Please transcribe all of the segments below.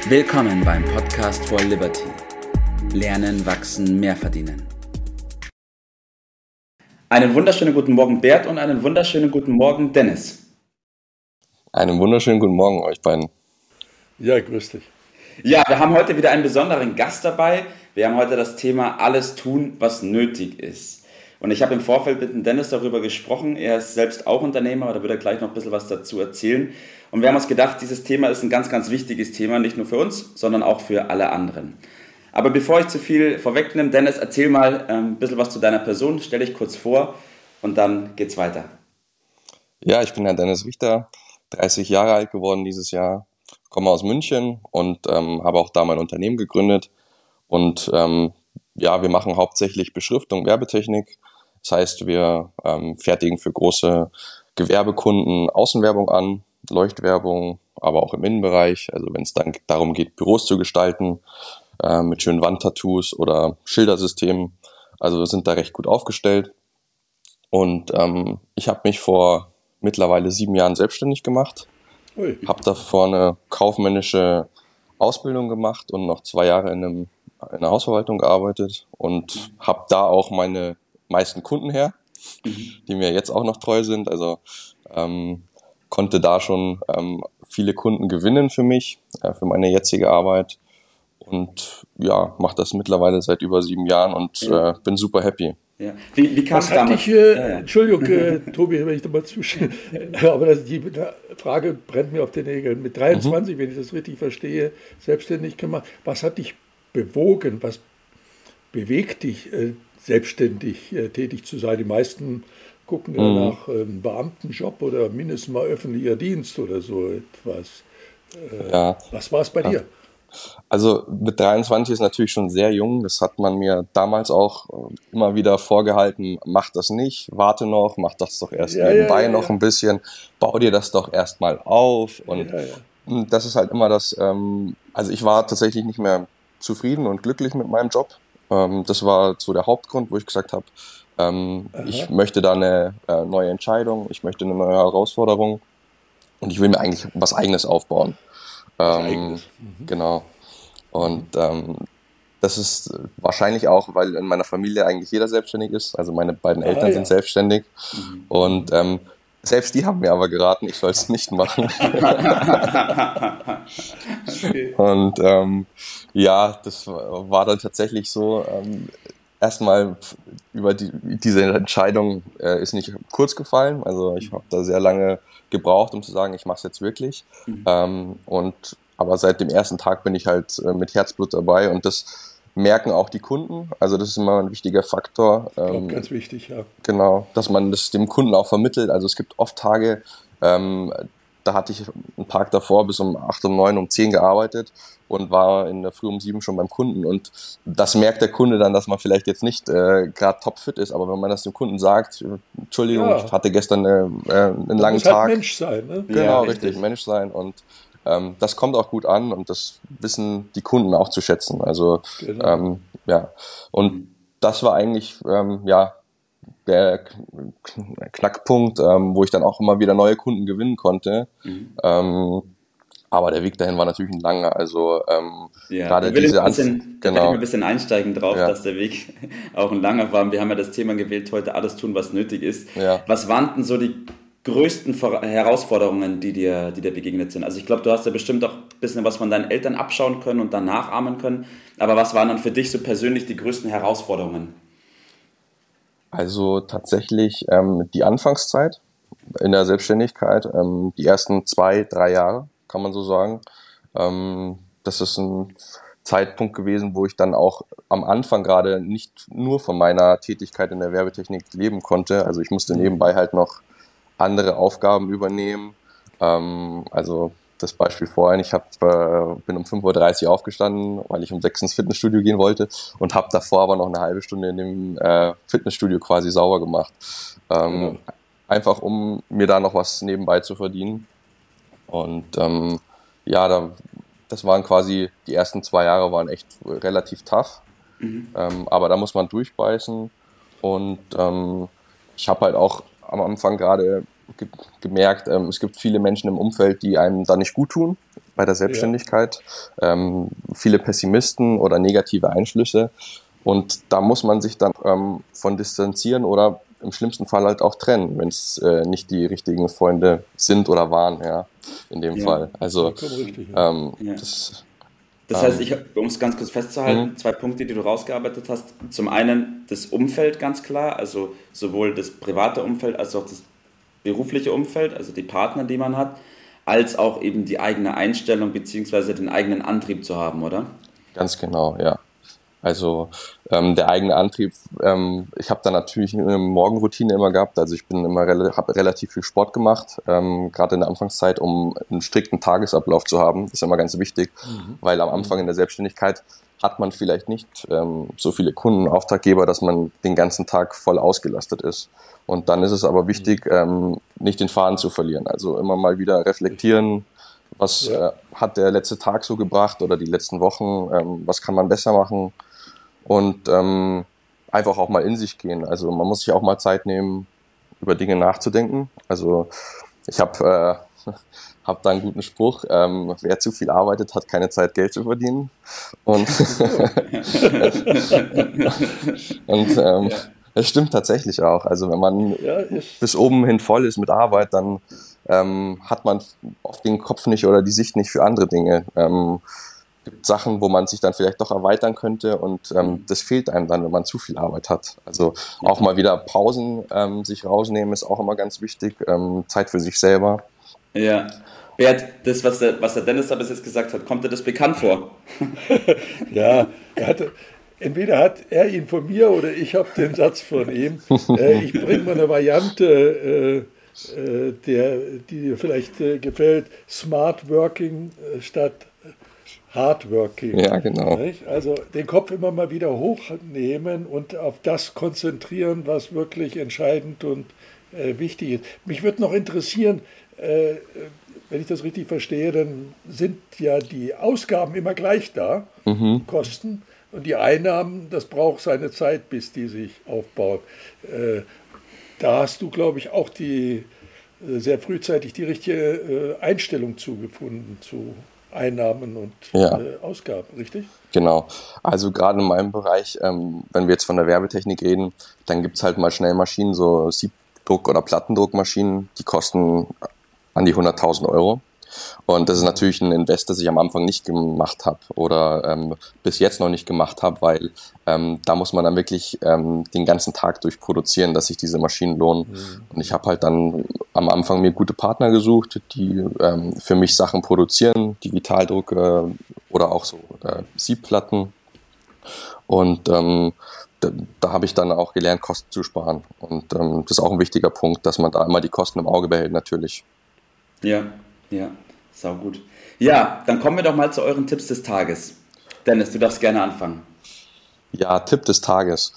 Willkommen beim Podcast for Liberty. Lernen, wachsen, mehr verdienen. Einen wunderschönen guten Morgen, Bert, und einen wunderschönen guten Morgen, Dennis. Einen wunderschönen guten Morgen euch beiden. Ja, grüß dich. Ja, wir haben heute wieder einen besonderen Gast dabei. Wir haben heute das Thema alles tun, was nötig ist. Und ich habe im Vorfeld mit dem Dennis darüber gesprochen. Er ist selbst auch Unternehmer, aber da wird er gleich noch ein bisschen was dazu erzählen. Und wir haben uns gedacht, dieses Thema ist ein ganz, ganz wichtiges Thema, nicht nur für uns, sondern auch für alle anderen. Aber bevor ich zu viel vorwegnehme, Dennis, erzähl mal ein bisschen was zu deiner Person. Stell dich kurz vor und dann geht's weiter. Ja, ich bin der Dennis Richter, 30 Jahre alt geworden dieses Jahr, komme aus München und habe auch da mein Unternehmen gegründet. Und wir machen hauptsächlich Beschriftung, Werbetechnik. Das heißt, wir fertigen für große Gewerbekunden Außenwerbung an, Leuchtwerbung, aber auch im Innenbereich. Also wenn es dann darum geht, Büros zu gestalten, mit schönen Wandtattoos oder Schildersystemen. Also wir sind da recht gut aufgestellt. Und ich habe mich vor mittlerweile 7 Jahren selbstständig gemacht. Habe davor eine kaufmännische Ausbildung gemacht und noch 2 Jahre in einer Hausverwaltung gearbeitet und habe da auch meine meisten Kunden her, die mir jetzt auch noch treu sind. Also konnte da schon viele Kunden gewinnen für mich, für meine jetzige Arbeit. Und ja, mache das mittlerweile seit über 7 Jahren und bin super happy. Ja. Wie kam es damals? Entschuldigung, Tobi, wenn ich da mal zustimme, aber die Frage brennt mir auf den Nägeln. Mit 23, wenn ich das richtig verstehe, selbstständig gemacht. Was hat dich bewogen? Was bewegt dich, selbstständig tätig zu sein? Die meisten gucken ja nach einem Beamtenjob oder mindestens mal öffentlicher Dienst oder so etwas. Was war es bei dir? Also mit 23 ist natürlich schon sehr jung. Das hat man mir damals auch immer wieder vorgehalten. Mach das nicht, warte noch, mach das doch erst nebenbei noch ein bisschen. Bau dir das doch erstmal auf. Und das ist halt immer das, also ich war tatsächlich nicht mehr zufrieden und glücklich mit meinem Job. Das war so der Hauptgrund, wo ich gesagt habe, ich möchte da eine neue Entscheidung, ich möchte eine neue Herausforderung und ich will mir eigentlich was Eigenes aufbauen. Genau. Und das ist wahrscheinlich auch, weil in meiner Familie eigentlich jeder selbstständig ist. Also meine beiden Eltern sind selbstständig. Und selbst die haben mir aber geraten, ich soll es nicht machen. Und das war dann tatsächlich so. Erstmal über diese Entscheidung ist nicht kurz gefallen. Also ich habe da sehr lange gebraucht, um zu sagen, ich mache es jetzt wirklich. Aber seit dem ersten Tag bin ich halt mit Herzblut dabei und das merken auch die Kunden. Also das ist immer ein wichtiger Faktor. Ich glaube, ganz wichtig, ja. Genau, dass man das dem Kunden auch vermittelt. Also es gibt oft Tage, da hatte ich einen Tag davor bis um 8, um 9, um 10 gearbeitet und war in der Früh um 7 schon beim Kunden. Und das merkt der Kunde dann, dass man vielleicht jetzt nicht gerade topfit ist, aber wenn man das dem Kunden sagt, Entschuldigung, ich hatte gestern einen langen Tag. Halt Mensch sein, ne? Genau, ja, richtig, Mensch sein. Und das kommt auch gut an und das wissen die Kunden auch zu schätzen. Also und das war eigentlich der Knackpunkt, wo ich dann auch immer wieder neue Kunden gewinnen konnte. Aber der Weg dahin war natürlich ein langer. Also gerade diese ein bisschen einsteigen drauf, dass der Weg auch ein langer war. Wir haben ja das Thema gewählt, heute alles tun, was nötig ist. Ja. Was waren denn so die größten Herausforderungen, die dir begegnet sind? Also ich glaube, du hast ja bestimmt auch ein bisschen was von deinen Eltern abschauen können und dann nachahmen können. Aber was waren dann für dich so persönlich die größten Herausforderungen? Also tatsächlich die Anfangszeit in der Selbstständigkeit, die ersten 2, 3 Jahre, kann man so sagen. Das ist ein Zeitpunkt gewesen, wo ich dann auch am Anfang gerade nicht nur von meiner Tätigkeit in der Werbetechnik leben konnte. Also ich musste nebenbei halt noch andere Aufgaben übernehmen. Also das Beispiel vorhin, ich bin um 5:30 Uhr aufgestanden, weil ich um 6 ins Fitnessstudio gehen wollte und habe davor aber noch eine halbe Stunde in dem Fitnessstudio quasi sauber gemacht. Einfach um mir da noch was nebenbei zu verdienen. Und das waren quasi, die ersten 2 Jahre waren echt relativ tough. Aber da muss man durchbeißen. Und ich habe halt auch am Anfang gerade gemerkt, es gibt viele Menschen im Umfeld, die einem da nicht gut tun. bei der Selbstständigkeit, viele Pessimisten oder negative Einflüsse. Und da muss man sich dann von distanzieren oder im schlimmsten Fall halt auch trennen, wenn es nicht die richtigen Freunde sind oder waren, ja, in dem Fall. Also richtig, ja. Das heißt, um es ganz kurz festzuhalten, 2 Punkte, die du rausgearbeitet hast. Zum einen das Umfeld ganz klar, also sowohl das private Umfeld als auch das berufliche Umfeld, also die Partner, die man hat, als auch eben die eigene Einstellung bzw. den eigenen Antrieb zu haben, oder? Ganz genau, ja. Also der eigene Antrieb, ich habe da natürlich eine Morgenroutine immer gehabt, also ich bin immer habe relativ viel Sport gemacht, gerade in der Anfangszeit, um einen strikten Tagesablauf zu haben, das ist immer ganz wichtig, weil am Anfang in der Selbstständigkeit hat man vielleicht nicht so viele Kunden, Auftraggeber, dass man den ganzen Tag voll ausgelastet ist. Und dann ist es aber wichtig, nicht den Faden zu verlieren, also immer mal wieder reflektieren, was hat der letzte Tag so gebracht oder die letzten Wochen, was kann man besser machen. Und einfach auch mal in sich gehen. Also man muss sich auch mal Zeit nehmen, über Dinge nachzudenken. Also ich habe hab da einen guten Spruch, wer zu viel arbeitet, hat keine Zeit, Geld zu verdienen. Und, und es stimmt tatsächlich auch. Also wenn man bis oben hin voll ist mit Arbeit, dann hat man oft den Kopf nicht oder die Sicht nicht für andere Dinge. Gibt Sachen, wo man sich dann vielleicht doch erweitern könnte und das fehlt einem dann, wenn man zu viel Arbeit hat. Also auch mal wieder Pausen sich rausnehmen ist auch immer ganz wichtig, Zeit für sich selber. Ja. Bert, das, was der Dennis da bis jetzt gesagt hat, kommt dir das bekannt vor? Ja, entweder hat er ihn von mir oder ich habe den Satz von ihm. Ich bringe mal eine Variante, die dir vielleicht gefällt, Smart Working statt Hardworking. Ja, genau. Also den Kopf immer mal wieder hochnehmen und auf das konzentrieren, was wirklich entscheidend und wichtig ist. Mich würde noch interessieren, wenn ich das richtig verstehe, dann sind ja die Ausgaben immer gleich da, Kosten, und die Einnahmen, das braucht seine Zeit, bis die sich aufbaut. Da hast du, glaube ich, auch sehr frühzeitig die richtige Einstellung zugefunden zu Einnahmen und Ausgaben, richtig? Genau. Also gerade in meinem Bereich, wenn wir jetzt von der Werbetechnik reden, dann gibt es halt mal schnell Maschinen, so Siebdruck- oder Plattendruckmaschinen, die kosten an die 100.000 Euro. Und das ist natürlich ein Invest, das ich am Anfang nicht gemacht habe oder bis jetzt noch nicht gemacht habe, weil da muss man dann wirklich den ganzen Tag durch produzieren, dass sich diese Maschinen lohnen. Und ich habe halt dann am Anfang mir gute Partner gesucht, die für mich Sachen produzieren, Digitaldrucke oder auch so Siebplatten. Und da habe ich dann auch gelernt, Kosten zu sparen. Und das ist auch ein wichtiger Punkt, dass man da immer die Kosten im Auge behält, natürlich. Ja, sau gut. Ja, dann kommen wir doch mal zu euren Tipps des Tages. Dennis, du darfst gerne anfangen. Ja, Tipp des Tages.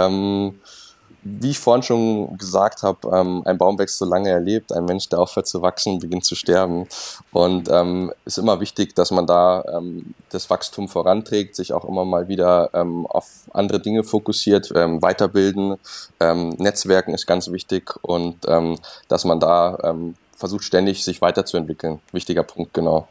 Wie ich vorhin schon gesagt habe, ein Baum wächst so lange er lebt, ein Mensch, der aufhört zu wachsen, beginnt zu sterben. Und ist immer wichtig, dass man da das Wachstum voranträgt, sich auch immer mal wieder auf andere Dinge fokussiert, weiterbilden. Netzwerken ist ganz wichtig und dass man da versucht ständig sich weiterzuentwickeln. Wichtiger Punkt, genau.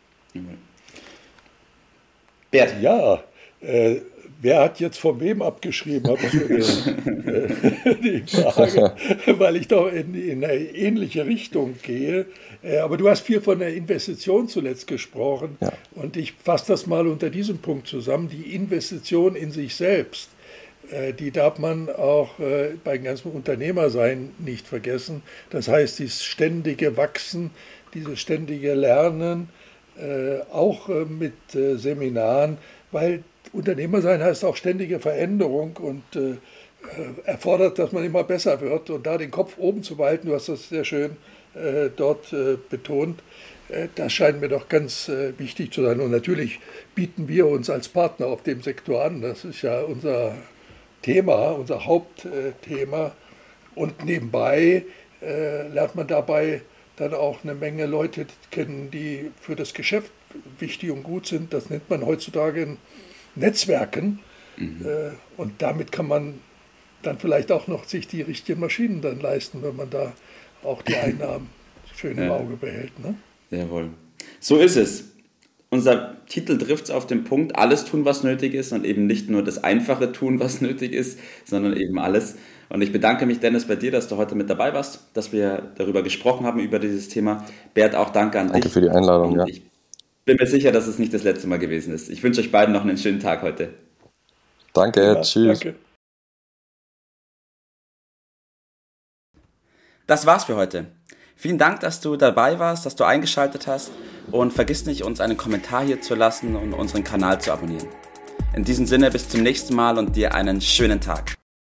Bert. Ja, wer hat jetzt von wem abgeschrieben, habe ich die Frage, weil ich doch in eine ähnliche Richtung gehe. Aber du hast viel von der Investition zuletzt gesprochen und ich fasse das mal unter diesem Punkt zusammen, die Investition in sich selbst. Die darf man auch beim ganzen Unternehmersein nicht vergessen. Das heißt, dieses ständige Wachsen, dieses ständige Lernen, auch mit Seminaren, weil Unternehmer sein heißt auch ständige Veränderung und erfordert, dass man immer besser wird und da den Kopf oben zu behalten, du hast das sehr schön dort betont, das scheint mir doch ganz wichtig zu sein. Und natürlich bieten wir uns als Partner auf dem Sektor an, das ist ja unser Thema, unser Hauptthema und nebenbei lernt man dabei dann auch eine Menge Leute kennen, die für das Geschäft wichtig und gut sind. Das nennt man heutzutage Netzwerken. Und damit kann man dann vielleicht auch noch sich die richtigen Maschinen dann leisten, wenn man da auch die Einnahmen schön im Auge behält. Ne? Jawohl. So ist es. unser Titel trifft es auf den Punkt, alles tun, was nötig ist und eben nicht nur das einfache tun, was nötig ist, sondern eben alles. Und ich bedanke mich, Dennis, bei dir, dass du heute mit dabei warst, dass wir darüber gesprochen haben, über dieses Thema. Bert, auch danke an dich. Danke für die Einladung, ja. Ich bin mir sicher, dass es nicht das letzte Mal gewesen ist. Ich wünsche euch beiden noch einen schönen Tag heute. Danke, Ja, tschüss. danke. Das war's für heute. Vielen Dank, dass du dabei warst, dass du eingeschaltet hast und vergiss nicht, uns einen Kommentar hier zu lassen und unseren Kanal zu abonnieren. In diesem Sinne, bis zum nächsten Mal und dir einen schönen Tag.